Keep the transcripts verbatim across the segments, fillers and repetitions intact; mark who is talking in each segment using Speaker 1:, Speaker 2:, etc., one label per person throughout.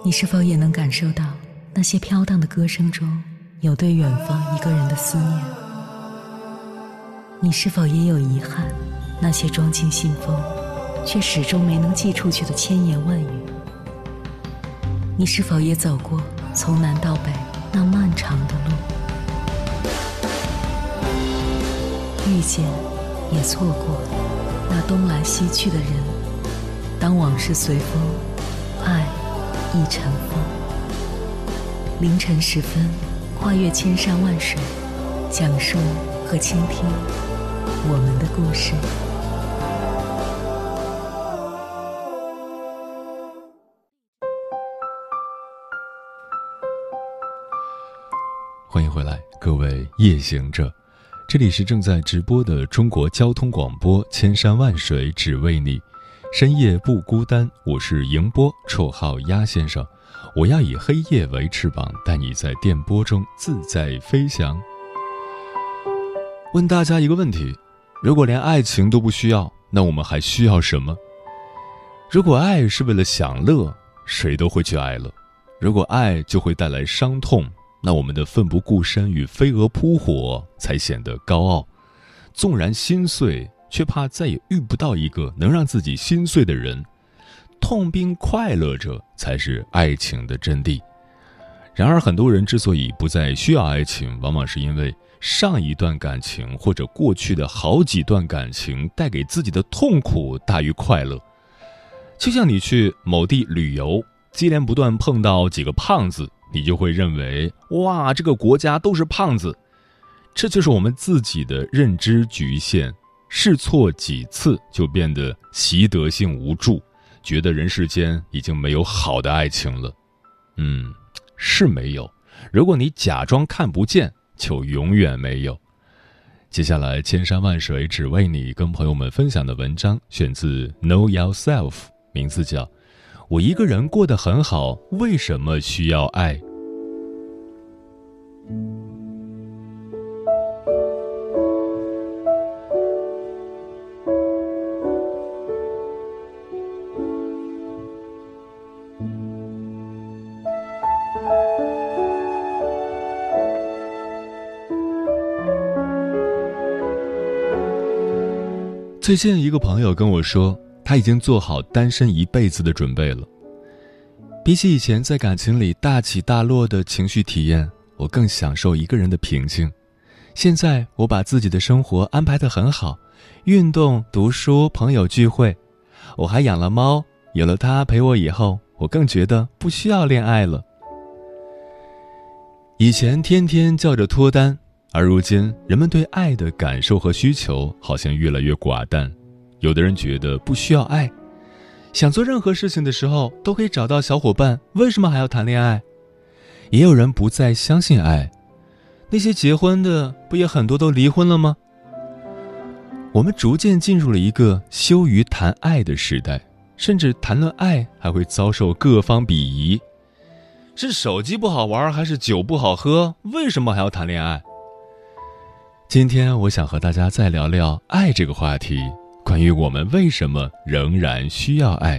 Speaker 1: 你是否也能感受到那些飘荡的歌声中有对远方一个人的思念？你是否也有遗憾，那些装进信封却始终没能寄出去的千言万语？你是否也走过从南到北那漫长的路？遇见也错过那东来西去的人，当往事随风，爱亦尘封。凌晨时分，跨越千山万水，讲述和倾听我们的故事。
Speaker 2: 欢迎回来，各位夜行者，这里是正在直播的中国交通广播，千山万水只为你，深夜不孤单。我是迎波，绰号鸭先生。我要以黑夜为翅膀，带你在电波中自在飞翔。问大家一个问题，如果连爱情都不需要，那我们还需要什么？如果爱是为了享乐，谁都会去爱了。如果爱就会带来伤痛，那我们的奋不顾身与飞蛾扑火才显得高傲。纵然心碎，却怕再也遇不到一个能让自己心碎的人。痛并快乐着，才是爱情的真谛。然而很多人之所以不再需要爱情，往往是因为上一段感情或者过去的好几段感情带给自己的痛苦大于快乐。就像你去某地旅游，接连不断碰到几个胖子，你就会认为哇，这个国家都是胖子。这就是我们自己的认知局限，试错几次就变得习得性无助，觉得人世间已经没有好的爱情了。嗯，是没有。如果你假装看不见，就永远没有。接下来千山万水只为你跟朋友们分享的文章选自 Know Yourself， 名字叫我一个人过得很好，为什么需要爱？最近一个朋友跟我说，他已经做好单身一辈子的准备了。比起以前在感情里大起大落的情绪体验，我更享受一个人的平静。现在我把自己的生活安排得很好，运动、读书、朋友聚会，我还养了猫，有了它陪我以后，我更觉得不需要恋爱了。以前天天叫着脱单，而如今人们对爱的感受和需求好像越来越寡淡。有的人觉得不需要爱，想做任何事情的时候都可以找到小伙伴，为什么还要谈恋爱？也有人不再相信爱，那些结婚的不也很多都离婚了吗？我们逐渐进入了一个羞于谈爱的时代，甚至谈论爱还会遭受各方鄙夷。是手机不好玩还是酒不好喝？为什么还要谈恋爱？今天我想和大家再聊聊爱这个话题，关于我们为什么仍然需要爱。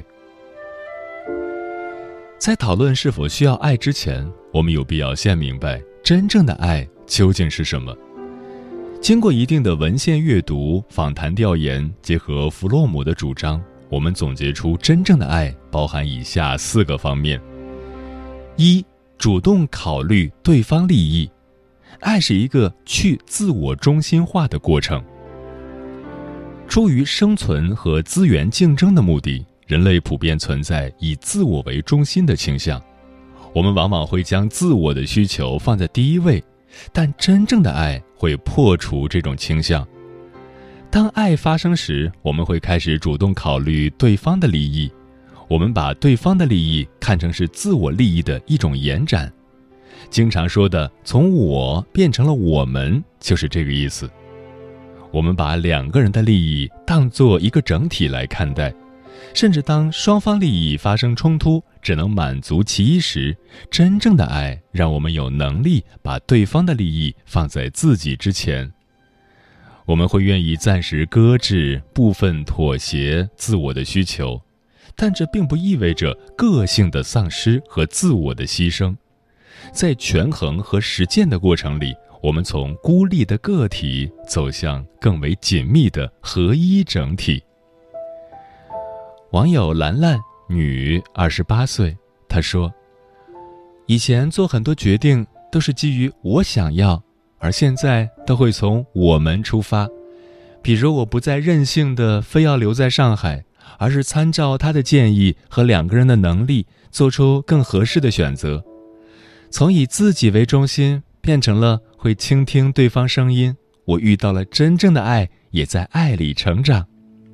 Speaker 2: 在讨论是否需要爱之前，我们有必要先明白真正的爱究竟是什么。经过一定的文献阅读、访谈调研，结合弗洛姆的主张，我们总结出真正的爱包含以下四个方面。一、主动考虑对方利益。爱是一个去自我中心化的过程。出于生存和资源竞争的目的，人类普遍存在以自我为中心的倾向。我们往往会将自我的需求放在第一位，但真正的爱会破除这种倾向。当爱发生时，我们会开始主动考虑对方的利益，我们把对方的利益看成是自我利益的一种延展。经常说的从我变成了我们，就是这个意思。我们把两个人的利益当作一个整体来看待，甚至当双方利益发生冲突，只能满足其一时，真正的爱让我们有能力把对方的利益放在自己之前。我们会愿意暂时搁置部分妥协自我的需求， 但这并不意味着个性的丧失和自我的牺牲。在权衡和实践的过程里，我们从孤立的个体走向更为紧密的合一整体。网友兰兰，女，二十八岁，她说：以前做很多决定都是基于我想要，而现在都会从我们出发。比如我不再任性的非要留在上海，而是参照他的建议和两个人的能力，做出更合适的选择。从以自己为中心，变成了会倾听对方声音。我遇到了真正的爱，也在爱里成长。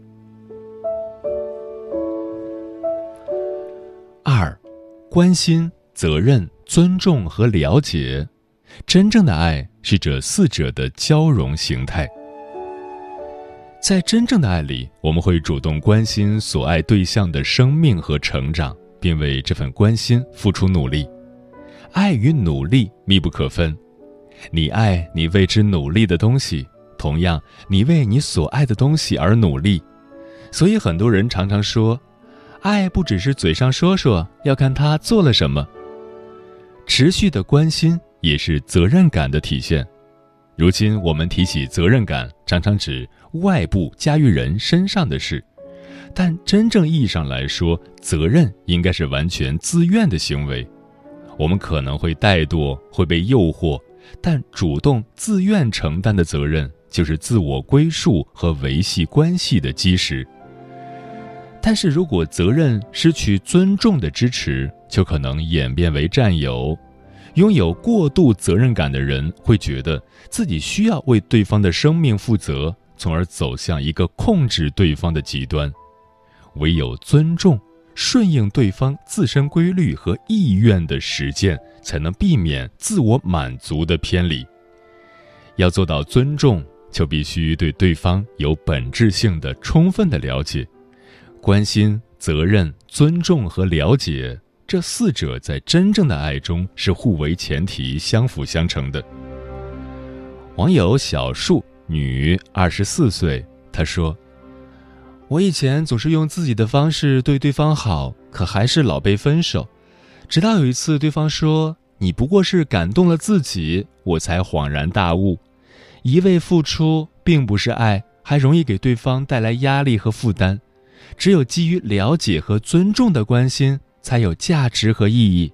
Speaker 2: 二，关心、责任、尊重和了解。真正的爱是这四者的交融形态。在真正的爱里，我们会主动关心所爱对象的生命和成长，并为这份关心付出努力。爱与努力密不可分，你爱你为之努力的东西，同样你为你所爱的东西而努力。所以很多人常常说，爱不只是嘴上说说，要看他做了什么。持续的关心也是责任感的体现。如今我们提起责任感，常常指外部加于人身上的事，但真正意义上来说，责任应该是完全自愿的行为。我们可能会怠惰，会被诱惑，但主动自愿承担的责任，就是自我归属和维系关系的基石。但是如果责任失去尊重的支持，就可能演变为占有。拥有过度责任感的人会觉得自己需要为对方的生命负责，从而走向一个控制对方的极端。唯有尊重、顺应对方自身规律和意愿的实践，才能避免自我满足的偏离。要做到尊重，就必须对对方有本质性的、充分的了解。关心、责任、尊重和了解，这四者在真正的爱中是互为前提、相辅相成的。网友小树，女，二十四岁，她说：我以前总是用自己的方式对对方好，可还是老被分手。直到有一次对方说你不过是感动了自己，我才恍然大悟，一味付出并不是爱，还容易给对方带来压力和负担。只有基于了解和尊重的关心，才有价值和意义。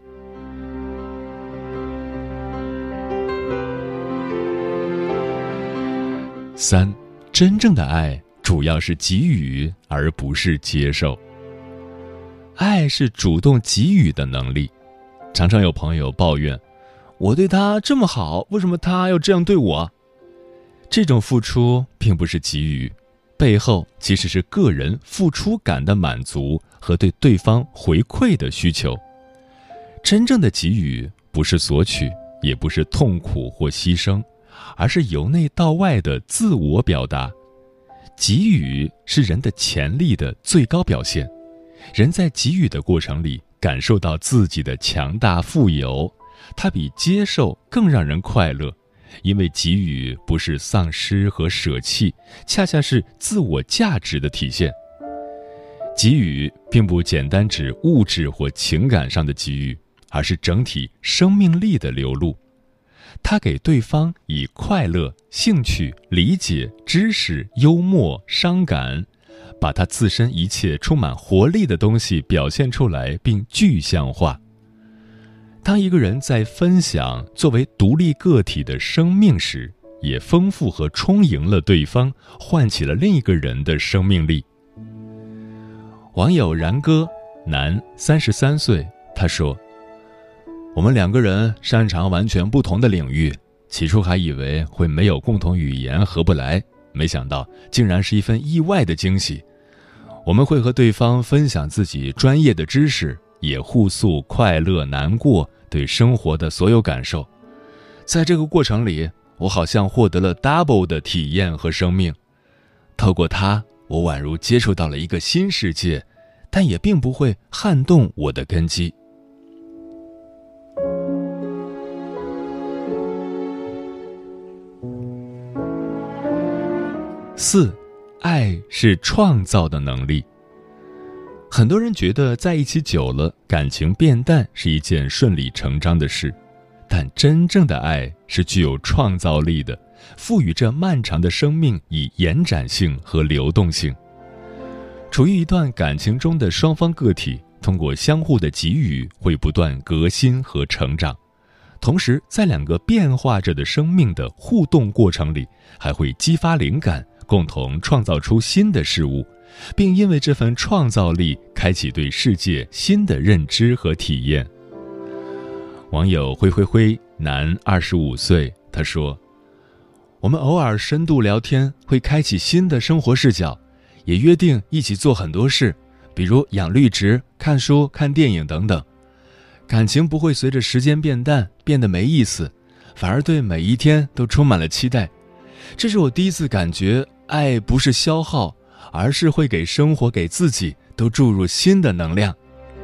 Speaker 2: 三，真正的爱主要是给予，而不是接受。爱是主动给予的能力。常常有朋友抱怨，我对他这么好，为什么他要这样对我？这种付出并不是给予，背后其实是个人付出感的满足和对对方回馈的需求。真正的给予不是索取，也不是痛苦或牺牲，而是由内到外的自我表达。给予是人的潜力的最高表现，人在给予的过程里感受到自己的强大富有，它比接受更让人快乐。因为给予不是丧失和舍弃，恰恰是自我价值的体现。给予并不简单指物质或情感上的给予，而是整体生命力的流露。它给对方以快乐、兴趣、理解、知识、幽默、伤感，把他自身一切充满活力的东西表现出来并具象化。当一个人在分享作为独立个体的生命时，也丰富和充盈了对方，唤起了另一个人的生命力。网友然哥，男，三十三岁，他说：我们两个人擅长完全不同的领域，起初还以为会没有共同语言合不来，没想到竟然是一份意外的惊喜。我们会和对方分享自己专业的知识，也互诉快乐难过，对生活的所有感受。在这个过程里，我好像获得了 double 的体验和生命。透过它，我宛如接触到了一个新世界，但也并不会撼动我的根基。四，爱是创造的能力。 很多人觉得在一起久了，感情变淡是一件顺理成章的事，但真正的爱是具有创造力的，赋予这漫长的生命以延展性和流动性。处于一段感情中的双方个体，通过相互的给予，会不断革新和成长。同时，在两个变化着的生命的互动过程里，还会激发灵感，共同创造出新的事物，并因为这份创造力，开启对世界新的认知和体验。网友灰灰灰，男，二十五岁，他说：“我们偶尔深度聊天，会开启新的生活视角，也约定一起做很多事，比如养绿植、看书、看电影等等。感情不会随着时间变淡，变得没意思，反而对每一天都充满了期待。这是我第一次感觉，爱不是消耗，而是会给生活、给自己都注入新的能量。”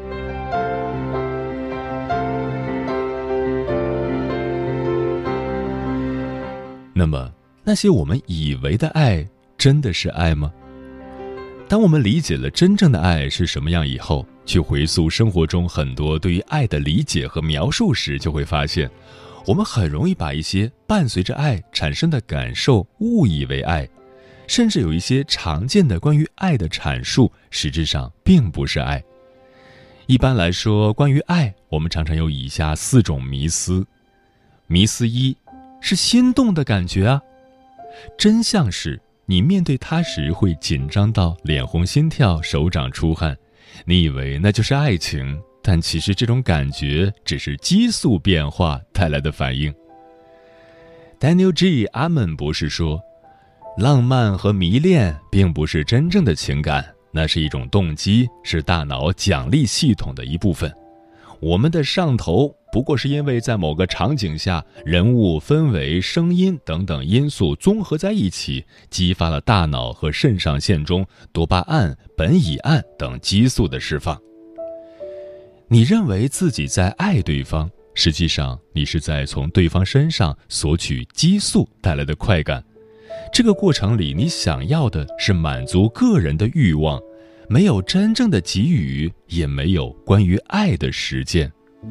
Speaker 2: 那么，那些我们以为的爱，真的是爱吗？当我们理解了真正的爱是什么样以后，去回溯生活中很多对于爱的理解和描述时，就会发现，我们很容易把一些伴随着爱产生的感受误以为爱，甚至有一些常见的关于爱的阐述，实质上并不是爱。一般来说，关于爱，我们常常有以下四种迷思。迷思一，是心动的感觉啊。真相是，你面对他时会紧张到脸红心跳、手掌出汗，你以为那就是爱情，但其实这种感觉只是激素变化带来的反应。Daniel G. 阿门博士说，浪漫和迷恋并不是真正的情感，那是一种动机，是大脑奖励系统的一部分。我们的上头不过是因为在某个场景下，人物、氛围、声音等等因素综合在一起，激发了大脑和肾上腺中多巴胺、苯乙胺等激素的释放。你认为自己在爱对方，实际上你是在从对方身上索取激素带来的快感。这个过程里，你想要的是满足个人的欲望，没有真正的给予，也没有关于爱的实践。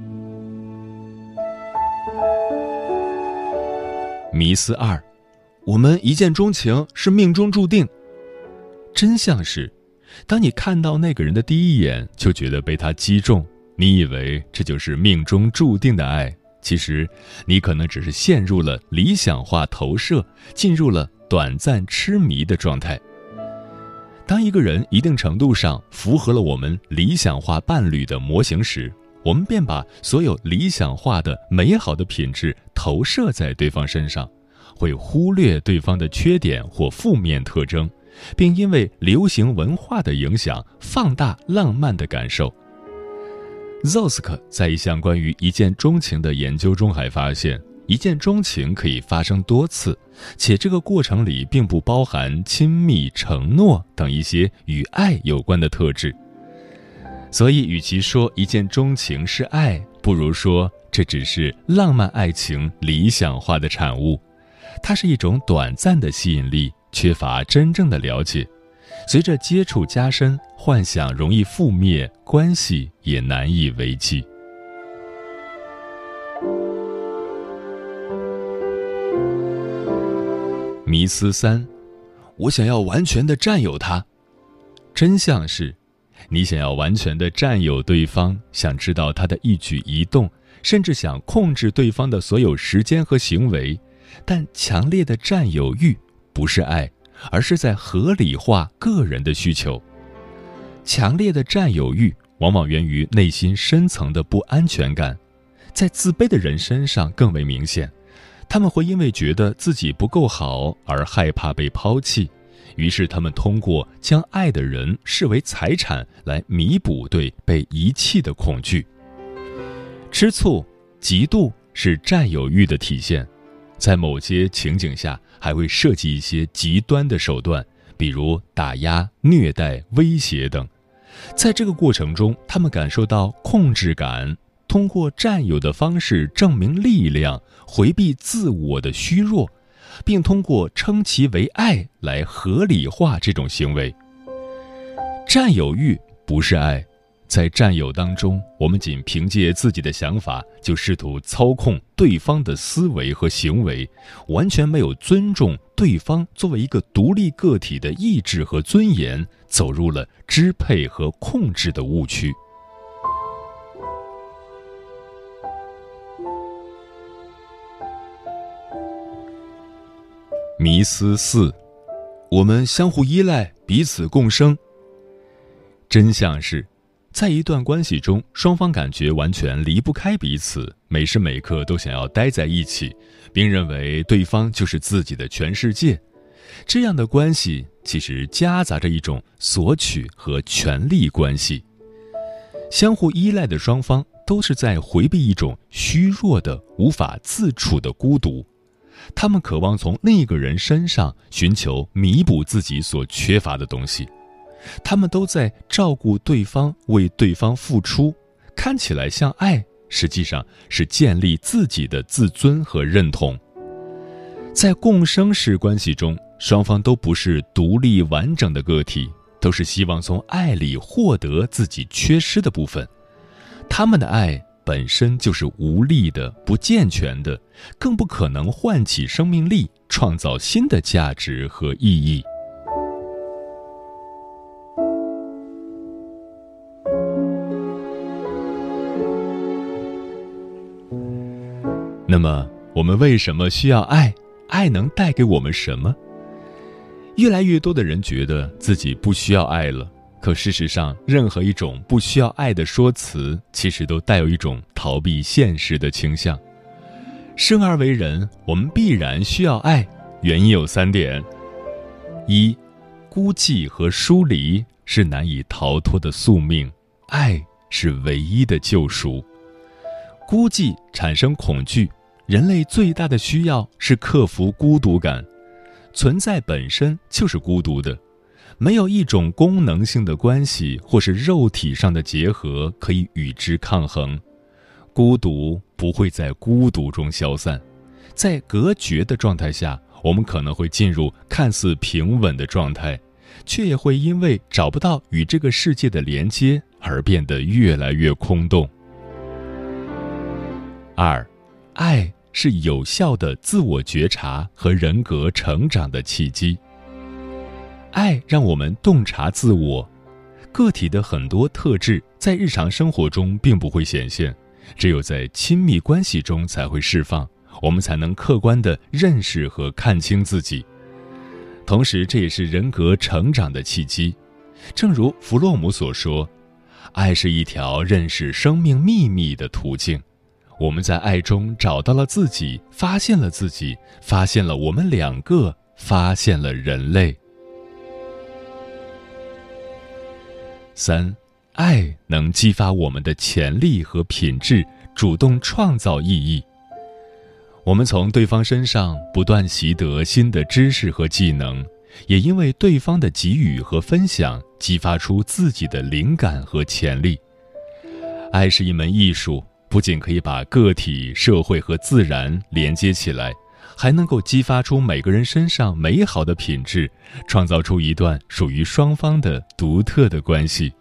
Speaker 2: 迷思二，我们一见钟情是命中注定。真相是，当你看到那个人的第一眼就觉得被他击中，你以为这就是命中注定的爱，其实你可能只是陷入了理想化投射，进入了短暂痴迷的状态。当一个人一定程度上符合了我们理想化伴侣的模型时，我们便把所有理想化的美好的品质投射在对方身上，会忽略对方的缺点或负面特征，并因为流行文化的影响放大浪漫的感受。Zosk 在一项关于一见钟情的研究中还发现，一见钟情可以发生多次，且这个过程里并不包含亲密、承诺等一些与爱有关的特质。所以与其说一见钟情是爱，不如说这只是浪漫爱情理想化的产物。它是一种短暂的吸引力，缺乏真正的了解。随着接触加深，幻想容易覆灭，关系也难以维系。迷思三，我想要完全的占有他。真相是，你想要完全的占有对方，想知道他的一举一动，甚至想控制对方的所有时间和行为，但强烈的占有欲不是爱，而是在合理化个人的需求。强烈的占有欲往往源于内心深层的不安全感，在自卑的人身上更为明显。他们会因为觉得自己不够好而害怕被抛弃，于是他们通过将爱的人视为财产来弥补对被遗弃的恐惧。吃醋、嫉妒是占有欲的体现，在某些情景下还会设计一些极端的手段，比如打压、虐待、威胁等。在这个过程中，他们感受到控制感，通过占有的方式证明力量，回避自我的虚弱，并通过称其为爱来合理化这种行为。占有欲不是爱。在占有当中，我们仅凭借自己的想法就试图操控对方的思维和行为，完全没有尊重对方作为一个独立个体的意志和尊严，走入了支配和控制的误区。迷思四，我们相互依赖，彼此共生。真相是，在一段关系中，双方感觉完全离不开彼此，每时每刻都想要待在一起，并认为对方就是自己的全世界。这样的关系其实夹杂着一种索取和权力关系。相互依赖的双方都是在回避一种虚弱的、无法自处的孤独。他们渴望从另一个人身上寻求弥补自己所缺乏的东西。他们都在照顾对方，为对方付出，看起来像爱，实际上是建立自己的自尊和认同。在共生式关系中，双方都不是独立完整的个体，都是希望从爱里获得自己缺失的部分。他们的爱本身就是无力的、不健全的，更不可能唤起生命力，创造新的价值和意义。那么，我们为什么需要爱？爱能带给我们什么？越来越多的人觉得自己不需要爱了，可事实上，任何一种不需要爱的说辞，其实都带有一种逃避现实的倾向。生而为人，我们必然需要爱，原因有三点：一，孤寂和疏离是难以逃脱的宿命，爱是唯一的救赎。孤寂产生恐惧，人类最大的需要是克服孤独感。存在本身就是孤独的，没有一种功能性的关系或是肉体上的结合可以与之抗衡。孤独不会在孤独中消散，在隔绝的状态下，我们可能会进入看似平稳的状态，却也会因为找不到与这个世界的连接而变得越来越空洞。二，爱是有效的自我觉察和人格成长的契机。爱让我们洞察自我，个体的很多特质在日常生活中并不会显现，只有在亲密关系中才会释放，我们才能客观地认识和看清自己。同时，这也是人格成长的契机。正如弗洛姆所说，爱是一条认识生命秘密的途径。我们在爱中找到了自己，发现了自己，发现了我们两个，发现了人类。三，爱能激发我们的潜力和品质，主动创造意义。我们从对方身上不断习得新的知识和技能，也因为对方的给予和分享，激发出自己的灵感和潜力。爱是一门艺术，不仅可以把个体、社会和自然连接起来，还能够激发出每个人身上美好的品质，创造出一段属于双方的独特的关系。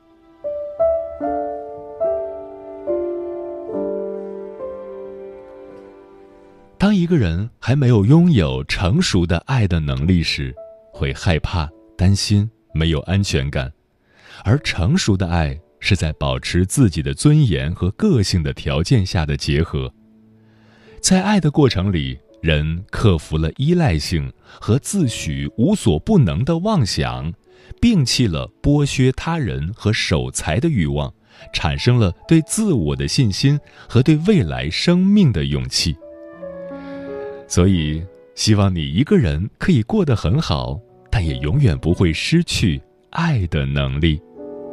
Speaker 2: 当一个人还没有拥有成熟的爱的能力时，会害怕、担心、没有安全感，而成熟的爱是在保持自己的尊严和个性的条件下的结合。在爱的过程里，人克服了依赖性和自诩无所不能的妄想，摒弃了剥削他人和守财的欲望，产生了对自我的信心和对未来生命的勇气。所以，希望你一个人可以过得很好，但也永远不会失去爱的能力。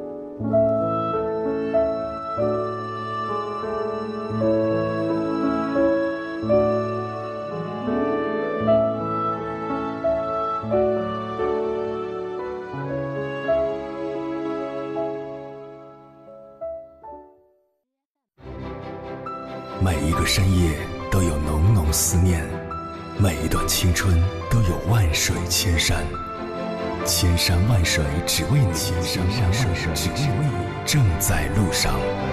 Speaker 3: 每一个深夜都有浓浓思念，每一段青春都有万水千山。 千山万水只为你，千山万水只为你，正在路上。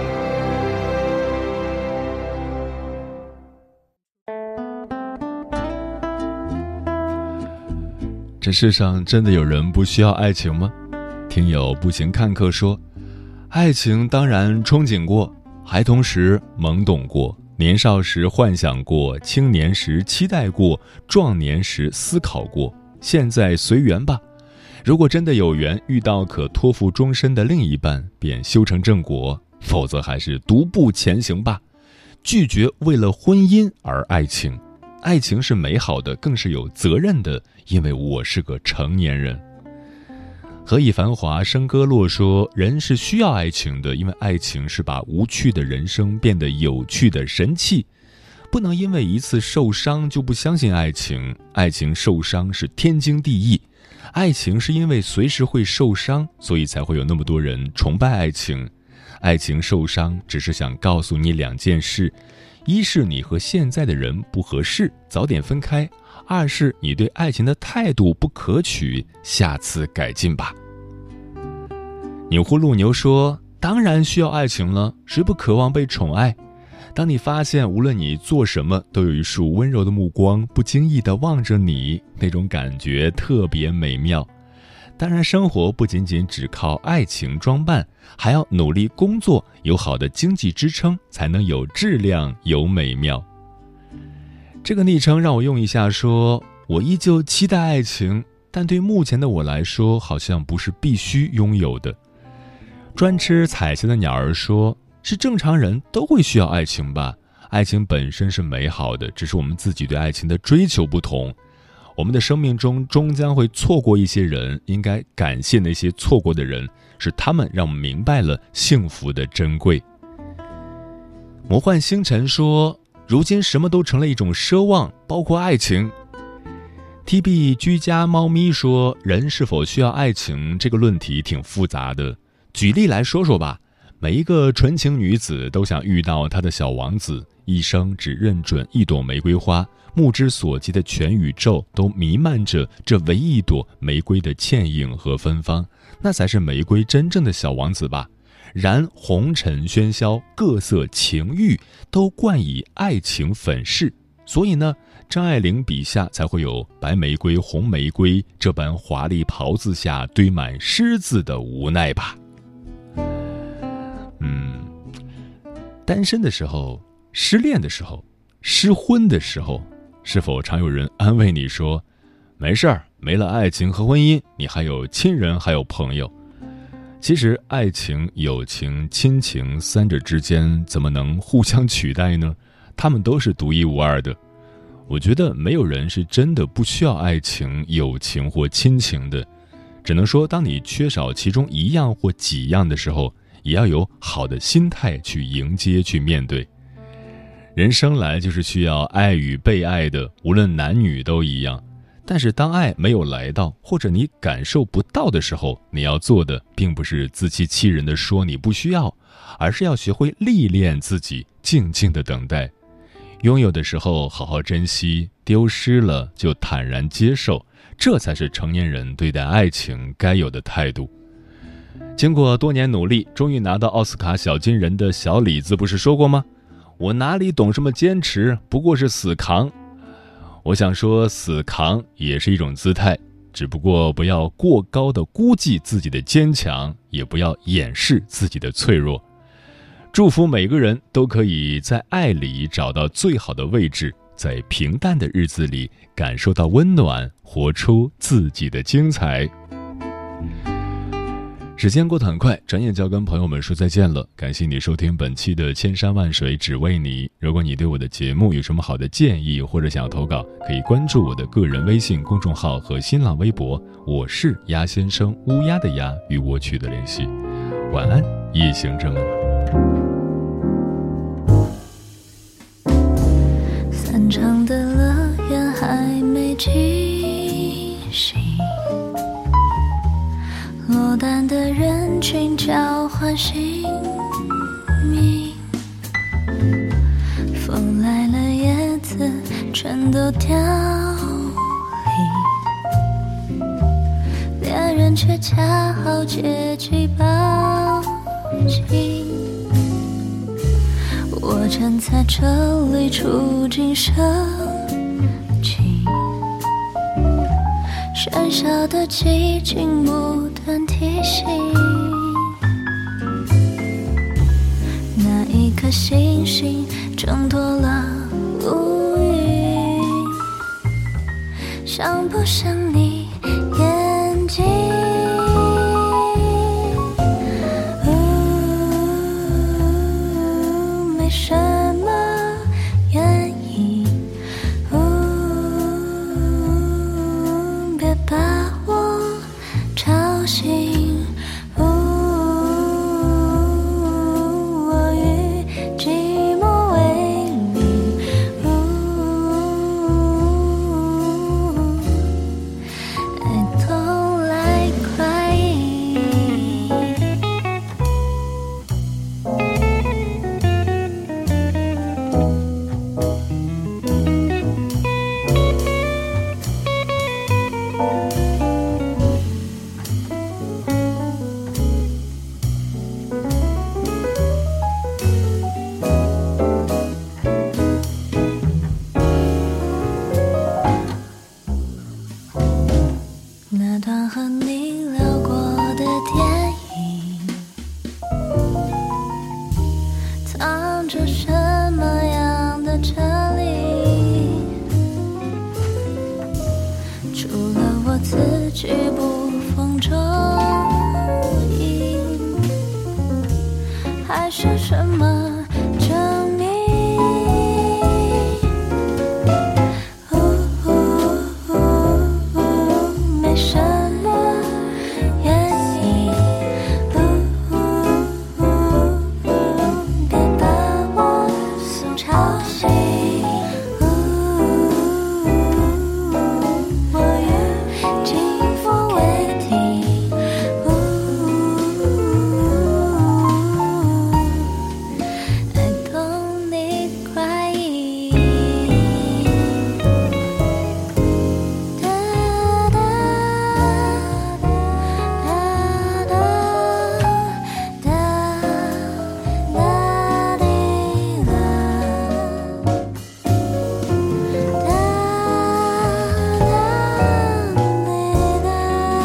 Speaker 2: 这世上真的有人不需要爱情吗？听友步行看客说，爱情当然憧憬过，孩童时懵懂过，年少时幻想过，青年时期待过，壮年时思考过，现在随缘吧。如果真的有缘遇到可托付终身的另一半，便修成正果，否则还是独步前行吧。拒绝为了婚姻而爱情，爱情是美好的，更是有责任的，因为我是个成年人。何以繁华笙歌落说，人是需要爱情的，因为爱情是把无趣的人生变得有趣的神器。不能因为一次受伤就不相信爱情，爱情受伤是天经地义。爱情是因为随时会受伤，所以才会有那么多人崇拜爱情。爱情受伤只是想告诉你两件事，一是你和现在的人不合适，早点分开；二是你对爱情的态度不可取，下次改进吧。钮祜禄牛说，当然需要爱情了，谁不渴望被宠爱？当你发现无论你做什么都有一束温柔的目光不经意地望着你，那种感觉特别美妙。当然生活不仅仅只靠爱情装扮，还要努力工作，有好的经济支撑，才能有质量有美妙。这个昵称让我用一下说，我依旧期待爱情，但对目前的我来说好像不是必须拥有的。专吃彩霞的鸟儿说，是正常人都会需要爱情吧，爱情本身是美好的，只是我们自己对爱情的追求不同。我们的生命中终将会错过一些人，应该感谢那些错过的人，是他们让我们明白了幸福的珍贵。魔幻星辰说，如今什么都成了一种奢望，包括爱情。T B 居家猫咪说，人是否需要爱情这个论题挺复杂的，举例来说说吧。每一个纯情女子都想遇到她的小王子，一生只认准一朵玫瑰花，目之所及的全宇宙都弥漫着这唯一一朵玫瑰的倩影和芬芳，那才是玫瑰真正的小王子吧。然红尘喧嚣，各色情欲都冠以爱情粉饰，所以呢，张爱玲笔下才会有白玫瑰红玫瑰这般华丽袍子下堆满狮子的无奈吧。嗯，单身的时候，失恋的时候，失婚的时候，是否常有人安慰你说，没事儿，没了爱情和婚姻，你还有亲人，还有朋友。其实爱情、友情、亲情三者之间怎么能互相取代呢？他们都是独一无二的。我觉得没有人是真的不需要爱情、友情或亲情的，只能说当你缺少其中一样或几样的时候，也要有好的心态去迎接、去面对。人生来就是需要爱与被爱的，无论男女都一样。但是当爱没有来到，或者你感受不到的时候，你要做的并不是自欺欺人的说你不需要，而是要学会历练自己，静静的等待。拥有的时候好好珍惜，丢失了就坦然接受，这才是成年人对待爱情该有的态度。经过多年努力，终于拿到奥斯卡小金人的小李子不是说过吗？我哪里懂什么坚持，不过是死扛。我想说，死扛也是一种姿态，只不过不要过高的估计自己的坚强，也不要掩饰自己的脆弱。祝福每个人都可以在爱里找到最好的位置，在平淡的日子里感受到温暖，活出自己的精彩。时间过得很快，转眼就要跟朋友们说再见了。感谢你收听本期的千山万水只为你。如果你对我的节目有什么好的建议，或者想要投稿，可以关注我的个人微信公众号和新浪微博，我是鸭先生，乌鸦的鸭，与我取得联系。晚安，夜行者们。
Speaker 4: 散场的乐园还没惊醒，落单的人群交换姓名，风来了，叶子全都凋零，别但却恰好借机抱紧。我站在这里，触景生情，喧嚣的寂静不断提醒，那一颗星星挣脱了乌云，像不像你眼睛？没什么原因，别把我吵醒。我与寂寞为邻，I don't like crying。那段和你聊过的电影，藏着什么样的真理？除了我自己捕风捉影，还是什么证明？没什么原因，别把我吵醒。我与静风为敌，I don't need crying。哒哒哒哒哒哒滴啦，哒哒滴啦，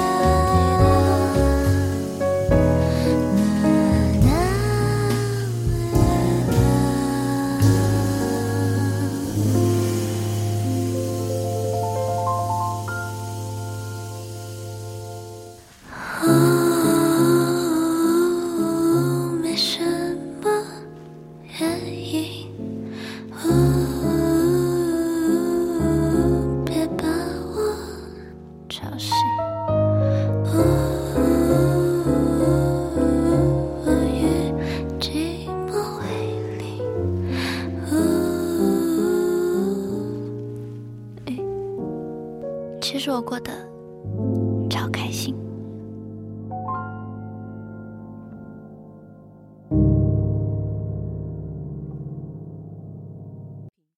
Speaker 4: 啦哦，没什么原因，别把我吵醒。我与寂寞为邻。诶，其实我过得